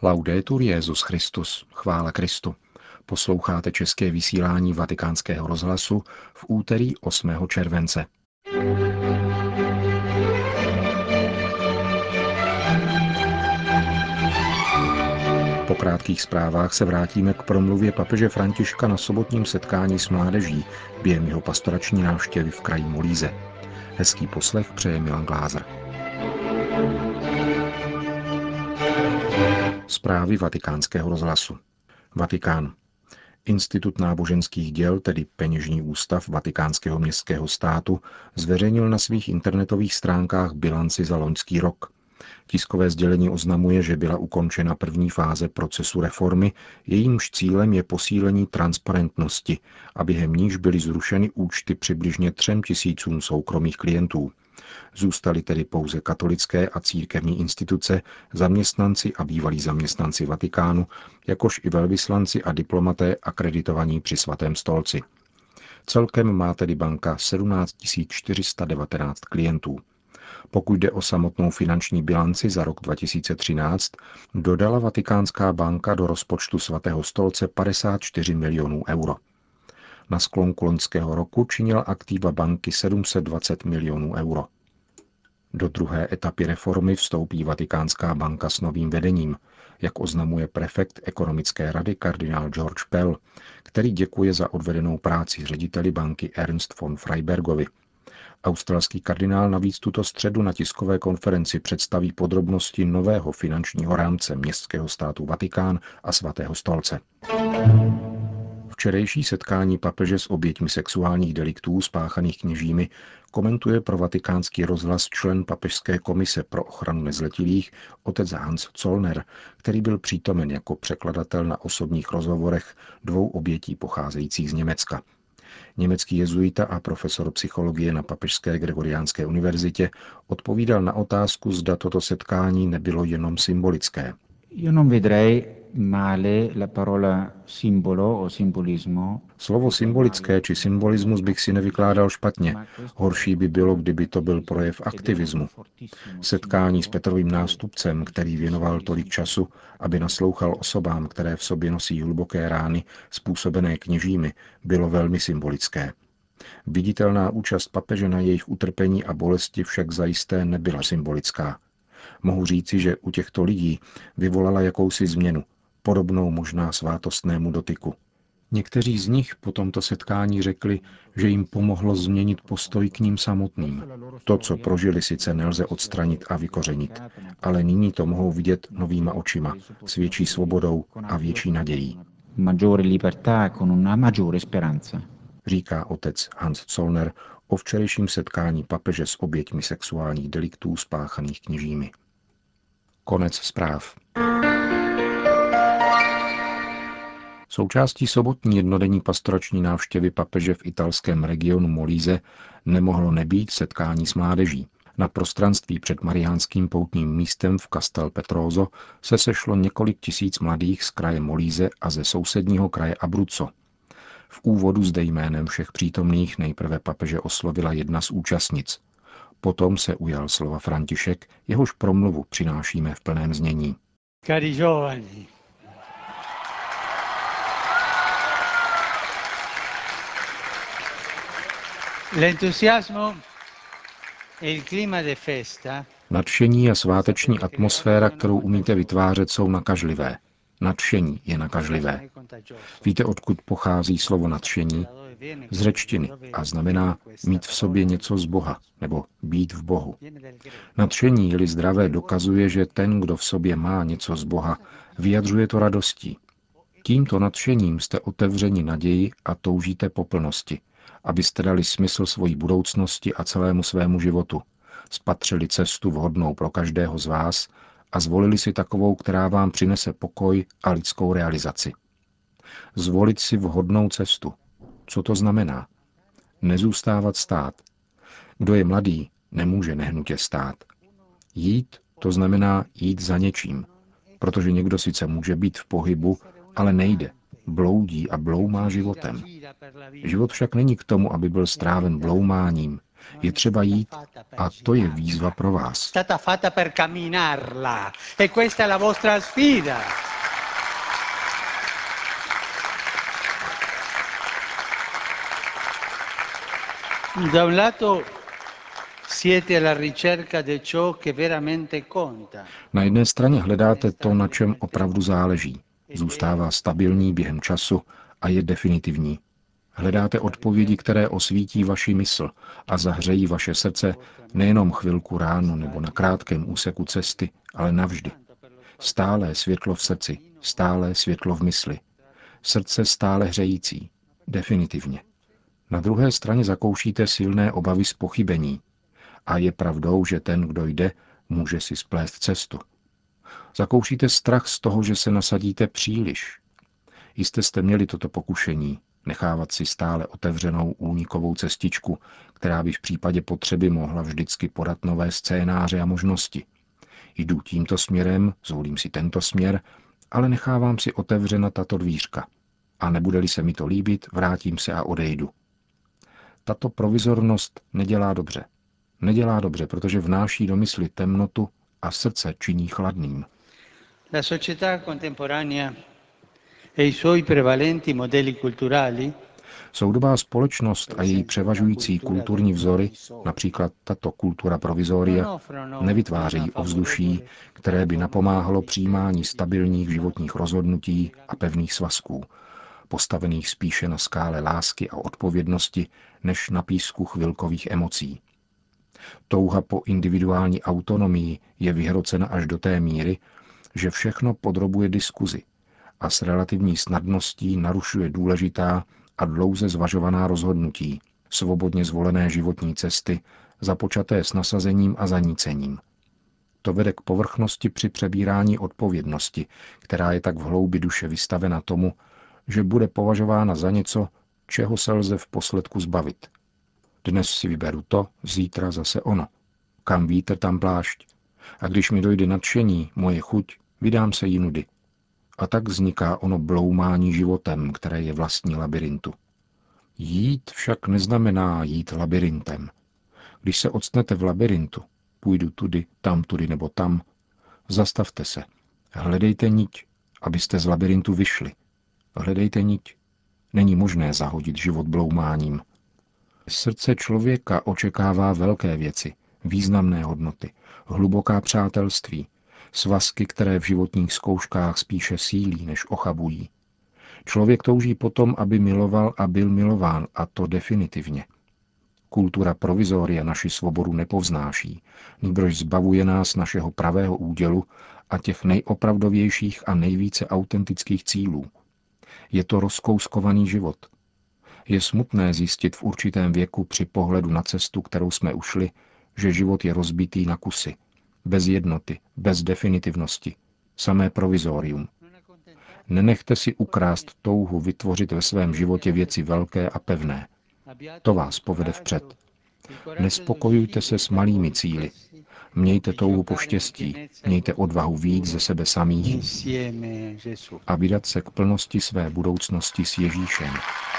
Laudetur Jesus Christus, chvála Kristu. Posloucháte české vysílání Vatikánského rozhlasu v úterý 8. července. Po krátkých zprávách se vrátíme k promluvě papeže Františka na sobotním setkání s mládeží během jeho pastorační návštěvy v kraji Molíze. Hezký poslech přeje Milan Glázer. Zprávy Vatikánského rozhlasu. Vatikán. Institut náboženských děl, tedy peněžní ústav Vatikánského městského státu, zveřejnil na svých internetových stránkách bilanci za loňský rok. Tiskové sdělení oznamuje, že byla ukončena první fáze procesu reformy, jejímž cílem je posílení transparentnosti a během níž byly zrušeny účty přibližně 3 000 soukromých klientů. Zůstaly tedy pouze katolické a církevní instituce, zaměstnanci a bývalí zaměstnanci Vatikánu, jakož i velvyslanci a diplomaté akreditovaní při Svatém stolci. Celkem má tedy banka 17 419 klientů. Pokud jde o samotnou finanční bilanci za rok 2013, dodala Vatikánská banka do rozpočtu Svatého stolce 54 milionů euro. Na sklonku loňského roku činila aktiva banky 720 milionů euro. Do druhé etapy reformy vstoupí Vatikánská banka s novým vedením, jak oznamuje prefekt ekonomické rady kardinál George Pell, který děkuje za odvedenou práci řediteli banky Ernst von Freibergovi. Australský kardinál navíc tuto středu na tiskové konferenci představí podrobnosti nového finančního rámce městského státu Vatikán a Svatého stolce. Včerejší setkání papeže s oběťmi sexuálních deliktů spáchaných kněžími komentuje pro Vatikánský rozhlas člen papežské komise pro ochranu nezletilých otec Hans Zollner, který byl přítomen jako překladatel na osobních rozhovorech 2 obětí pocházejících z Německa. Německý jezuita a profesor psychologie na Papežské Gregoriánské univerzitě odpovídal na otázku, zda toto setkání nebylo jenom symbolické. Slovo symbolické či symbolismus bych si nevykládal špatně. Horší by bylo, kdyby to byl projev aktivismu. Setkání s Petrovým nástupcem, který věnoval tolik času, aby naslouchal osobám, které v sobě nosí hluboké rány způsobené kněžími, bylo velmi symbolické. Viditelná účast papeže na jejich utrpení a bolesti však zajisté nebyla symbolická. Mohu říci, že u těchto lidí vyvolala jakousi změnu, podobnou možná svátostnému dotyku. Někteří z nich po tomto setkání řekli, že jim pomohlo změnit postoj k ním samotným. To, co prožili, sice nelze odstranit a vykořenit, ale nyní to mohou vidět novýma očima, s větší svobodou a větší nadějí. Říká otec Hans Zollner o včerejším setkání papeže s oběťmi sexuálních deliktů spáchaných kněžími. Konec zpráv. Součástí sobotní jednodenní pastorační návštěvy papeže v italském regionu Molíze nemohlo nebýt setkání s mládeží. Na prostranství před mariánským poutním místem v Castel Petroso se sešlo několik tisíc mladých z kraje Molíze a ze sousedního kraje Abruzzo. V úvodu zde jménem všech přítomných nejprve papeže oslovila jedna z účastnic. Potom se ujal slova František, jehož promluvu přinášíme v plném znění. Cari giovani, l'entusiasmo e il clima de festa. Nadšení a sváteční atmosféra, kterou umíte vytvářet, jsou nakažlivé. Nadšení je nakažlivé. Víte, odkud pochází slovo nadšení? Z řečtiny a znamená mít v sobě něco z Boha, nebo být v Bohu. Nadšení, je-li zdravé, dokazuje, že ten, kdo v sobě má něco z Boha, vyjadřuje to radostí. Tímto nadšením jste otevřeni naději a toužíte po plnosti, abyste dali smysl svojí budoucnosti a celému svému životu, spatřili cestu vhodnou pro každého z vás a zvolili si takovou, která vám přinese pokoj a lidskou realizaci. Zvolit si vhodnou cestu. Co to znamená? Nezůstávat stát. Kdo je mladý, nemůže nehnutě stát. Jít, to znamená jít za něčím, protože někdo sice může být v pohybu, ale nejde. Bloudí a bloumá životem. Život však není k tomu, aby byl stráven bloumáním, Je třeba jít a to je výzva pro vás. Stata fatta per camminarla e questa è la vostra sfida. Da un lato siete alla ricerca di ciò che veramente conta. Na jedné straně hledáte to, na čem opravdu záleží. Zůstává stabilní během času a je definitivní. Hledáte odpovědi, které osvítí vaši mysl a zahřejí vaše srdce nejenom chvilku ráno nebo na krátkém úseku cesty, ale navždy. Stálé světlo v srdci, stálé světlo v mysli. Srdce stále hřející, definitivně. Na druhé straně zakoušíte silné obavy z pochybení. A je pravdou, že ten, kdo jde, může si splést cestu. Zakoušíte strach z toho, že se nasadíte příliš. Jste měli toto pokušení, nechávat si stále otevřenou únikovou cestičku, která by v případě potřeby mohla vždycky podat nové scénáře a možnosti. Jdu tímto směrem, zvolím si tento směr, ale nechávám si otevřena tato dvířka. A nebude-li se mi to líbit, vrátím se a odejdu. Tato provizornost nedělá dobře. Nedělá dobře, protože vnáší do mysli temnotu a srdce činí chladným. La società contemporanea e i suoi prevalenti modelli culturali Soudobá společnost a její převažující kulturní vzory, například tato kultura provizoria, nevytvářejí ovzduší, které by napomáhalo přijímání stabilních životních rozhodnutí a pevných svazků, postavených spíše na skále lásky a odpovědnosti, než na písku chvilkových emocí. Touha po individuální autonomii je vyhrocena až do té míry, že všechno podrobuje diskuzi a s relativní snadností narušuje důležitá a dlouze zvažovaná rozhodnutí, svobodně zvolené životní cesty, započaté s nasazením a zanícením. To vede k povrchnosti při přebírání odpovědnosti, která je tak v hloubi duše vystavena tomu, že bude považována za něco, čeho se lze v posledku zbavit. Dnes si vyberu to, zítra zase ono. Kam vítr, tam plášť. A když mi dojde nadšení, moje chuť, vydám se jinudy. A tak vzniká ono bloumání životem, které je vlastní labirintu. Jít však neznamená jít labirintem. Když se octnete v labirintu, půjdu tudy nebo tam, zastavte se. Hledejte niť, abyste z labirintu vyšli. Hledejte niť. Není možné zahodit život bloumáním. Srdce člověka očekává velké věci, významné hodnoty, hluboká přátelství, svazky, které v životních zkouškách spíše sílí, než ochabují. Člověk touží potom, aby miloval a byl milován, a to definitivně. Kultura provizoria naši svobodu nepovznáší, nýbrž zbavuje nás našeho pravého údělu a těch nejopravdovějších a nejvíce autentických cílů. Je to rozkouskovaný život. Je smutné zjistit v určitém věku při pohledu na cestu, kterou jsme ušli, že život je rozbitý na kusy, bez jednoty, bez definitivnosti, samé provizorium. Nenechte si ukrást touhu vytvořit ve svém životě věci velké a pevné. To vás povede vpřed. Nespokojujte se s malými cíli. Mějte touhu po štěstí, mějte odvahu vyjít ze sebe samých a vydat se k plnosti své budoucnosti s Ježíšem.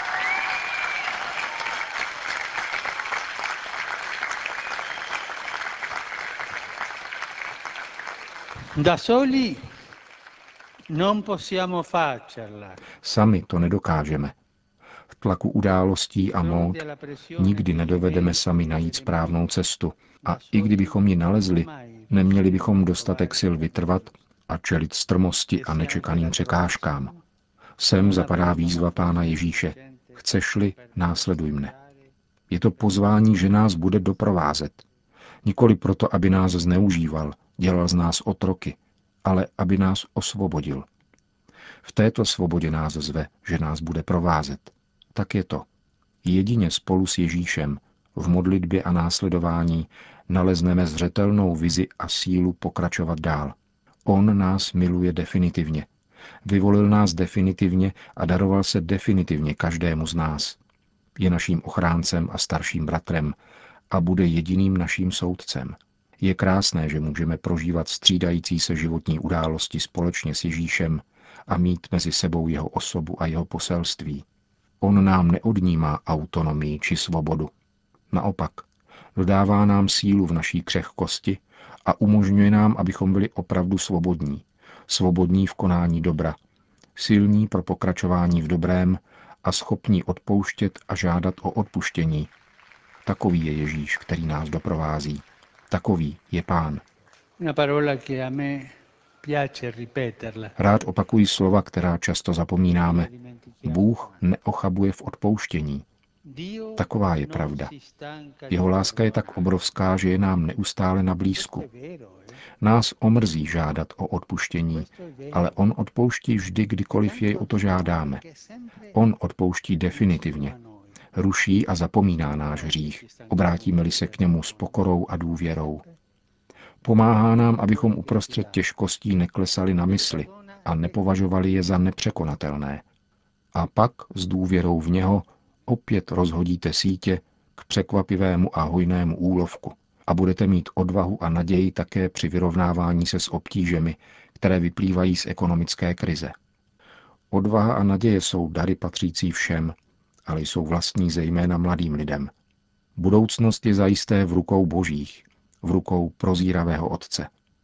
Da soli non possiamo farcela. Sami to nedokážeme. V tlaku událostí a mód nikdy nedovedeme sami najít správnou cestu a i kdybychom ji nalezli, neměli bychom dostatek sil vytrvat a čelit strmosti a nečekaným překážkám. Sem zapadá výzva Pána Ježíše. Chceš-li, následuj mne. Je to pozvání, že nás bude doprovázet. Nikoli proto, aby nás zneužíval, dělal z nás otroky, ale aby nás osvobodil. V této svobodě nás zve, že nás bude provázet. Tak je to. Jedině spolu s Ježíšem v modlitbě a následování nalezneme zřetelnou vizi a sílu pokračovat dál. On nás miluje definitivně. Vyvolil nás definitivně a daroval se definitivně každému z nás. Je naším ochráncem a starším bratrem a bude jediným naším soudcem. Je krásné, že můžeme prožívat střídající se životní události společně s Ježíšem a mít mezi sebou jeho osobu a jeho poselství. On nám neodnímá autonomii či svobodu. Naopak, Dodává nám sílu v naší křehkosti a umožňuje nám, abychom byli opravdu svobodní. Svobodní v konání dobra. Silní pro pokračování v dobrém a schopní odpouštět a žádat o odpuštění. Takový je Ježíš, který nás doprovází. Takový je Pán. Rád opakuji slova, která často zapomínáme. Bůh neochabuje v odpouštění. Taková je pravda. Jeho láska je tak obrovská, že je nám neustále na blízku. Nás omrzí žádat o odpuštění, ale on odpouští vždy, kdykoliv jej o to žádáme. On odpouští definitivně. Ruší a zapomíná náš hřích, obrátíme-li se k němu s pokorou a důvěrou. Pomáhá nám, abychom uprostřed těžkostí neklesali na mysli a nepovažovali je za nepřekonatelné. A pak s důvěrou v něho opět rozhodíte sítě k překvapivému a hojnému úlovku a budete mít odvahu a naději také při vyrovnávání se s obtížemi, které vyplývají z ekonomické krize. Odvaha a naděje jsou dary patřící všem, ale jsou vlastní zejména mladým lidem. Budoucnost je zajisté v rukou Božích, v rukou prozíravého Otce.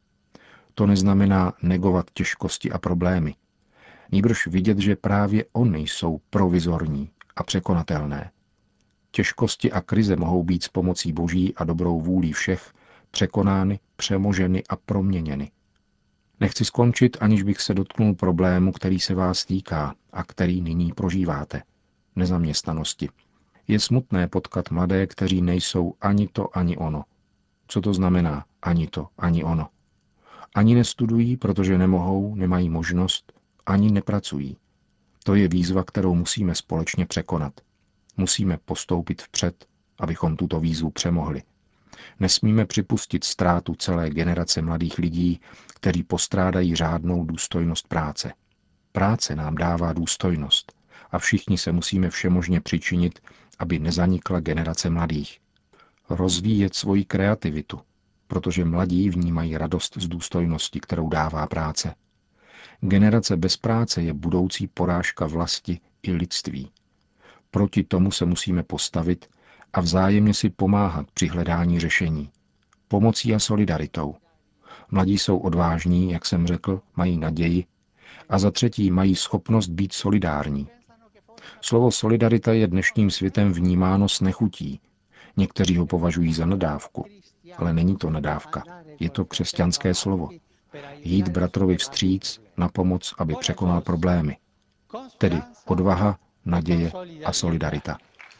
To neznamená negovat těžkosti a problémy, nýbrž vidět, že právě ony jsou provizorní a překonatelné. Těžkosti a krize mohou být s pomocí Boží a dobrou vůlí všech překonány, přemoženy a proměněny. Nechci skončit, aniž bych se dotknul problému, který se vás týká a který nyní prožíváte. Nezaměstnanosti. Je smutné potkat mladé, kteří nejsou ani to, ani ono. Co to znamená ani to, ani ono? Ani nestudují, protože nemohou, nemají možnost, ani nepracují. To je výzva, kterou musíme společně překonat. Musíme postoupit vpřed, abychom tuto výzvu přemohli. Nesmíme připustit ztrátu celé generace mladých lidí, kteří postrádají řádnou důstojnost práce. Práce nám dává důstojnost a všichni se musíme všemožně přičinit, aby nezanikla generace mladých. Rozvíjet svoji kreativitu, protože mladí vnímají radost z důstojnosti, kterou dává práce. Generace bez práce je budoucí porážka vlasti i lidství. Proti tomu se musíme postavit a vzájemně si pomáhat při hledání řešení. Pomocí a solidaritou. Mladí jsou odvážní, jak jsem řekl, mají naději a za třetí mají schopnost být solidární. Slovo solidarita je dnešním světem vnímáno s nechutí. Někteří ho považují za nadávku, ale není to nadávka, je to křesťanské slovo. Jít bratrovi vstříc na pomoc, aby překonal problémy. Tedy odvaha, naděje a solidarita.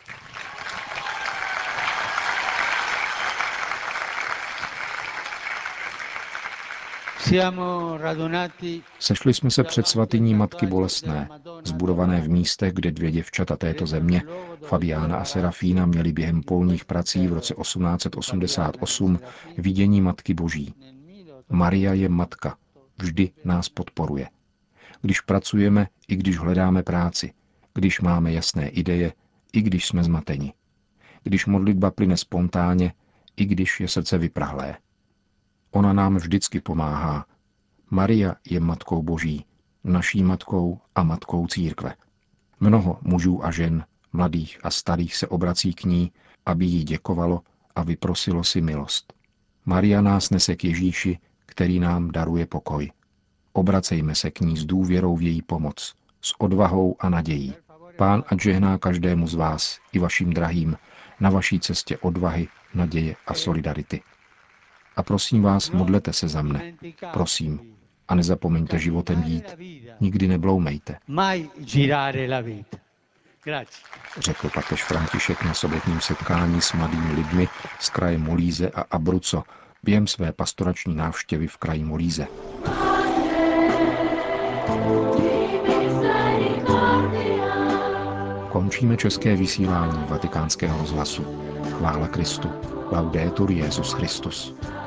Sešli jsme se před svatyní Matky Bolestné, zbudované v místech, kde dvě děvčata této země, Fabiána a Serafína, měli během polních prací v roce 1888 vidění Matky Boží. Maria je matka, vždy nás podporuje. Když pracujeme, i když hledáme práci, když máme jasné ideje, i když jsme zmateni. Když modlitba plyne spontánně, i když je srdce vyprahlé. Ona nám vždycky pomáhá. Maria je matkou Boží, naší matkou a matkou církve. Mnoho mužů a žen, mladých a starých se obrací k ní, aby jí děkovalo a vyprosilo si milost. Maria nás nese k Ježíši, který nám daruje pokoj. Obracejme se k ní s důvěrou v její pomoc, s odvahou a nadějí. Pán ať žehná každému z vás, i vašim drahým, na vaší cestě odvahy, naděje a solidarity. A prosím vás, modlete se za mne. Prosím. A nezapomeňte životem jít. Nikdy nebloumejte. Řekl papež František na sobotním setkání s mladými lidmi z kraje Molise a Abruzzo během své pastorační návštěvy v kraji Molise. Končíme české vysílání Vatikánského rozhlasu. Chvála Kristu. Laudetur Jesus Christus.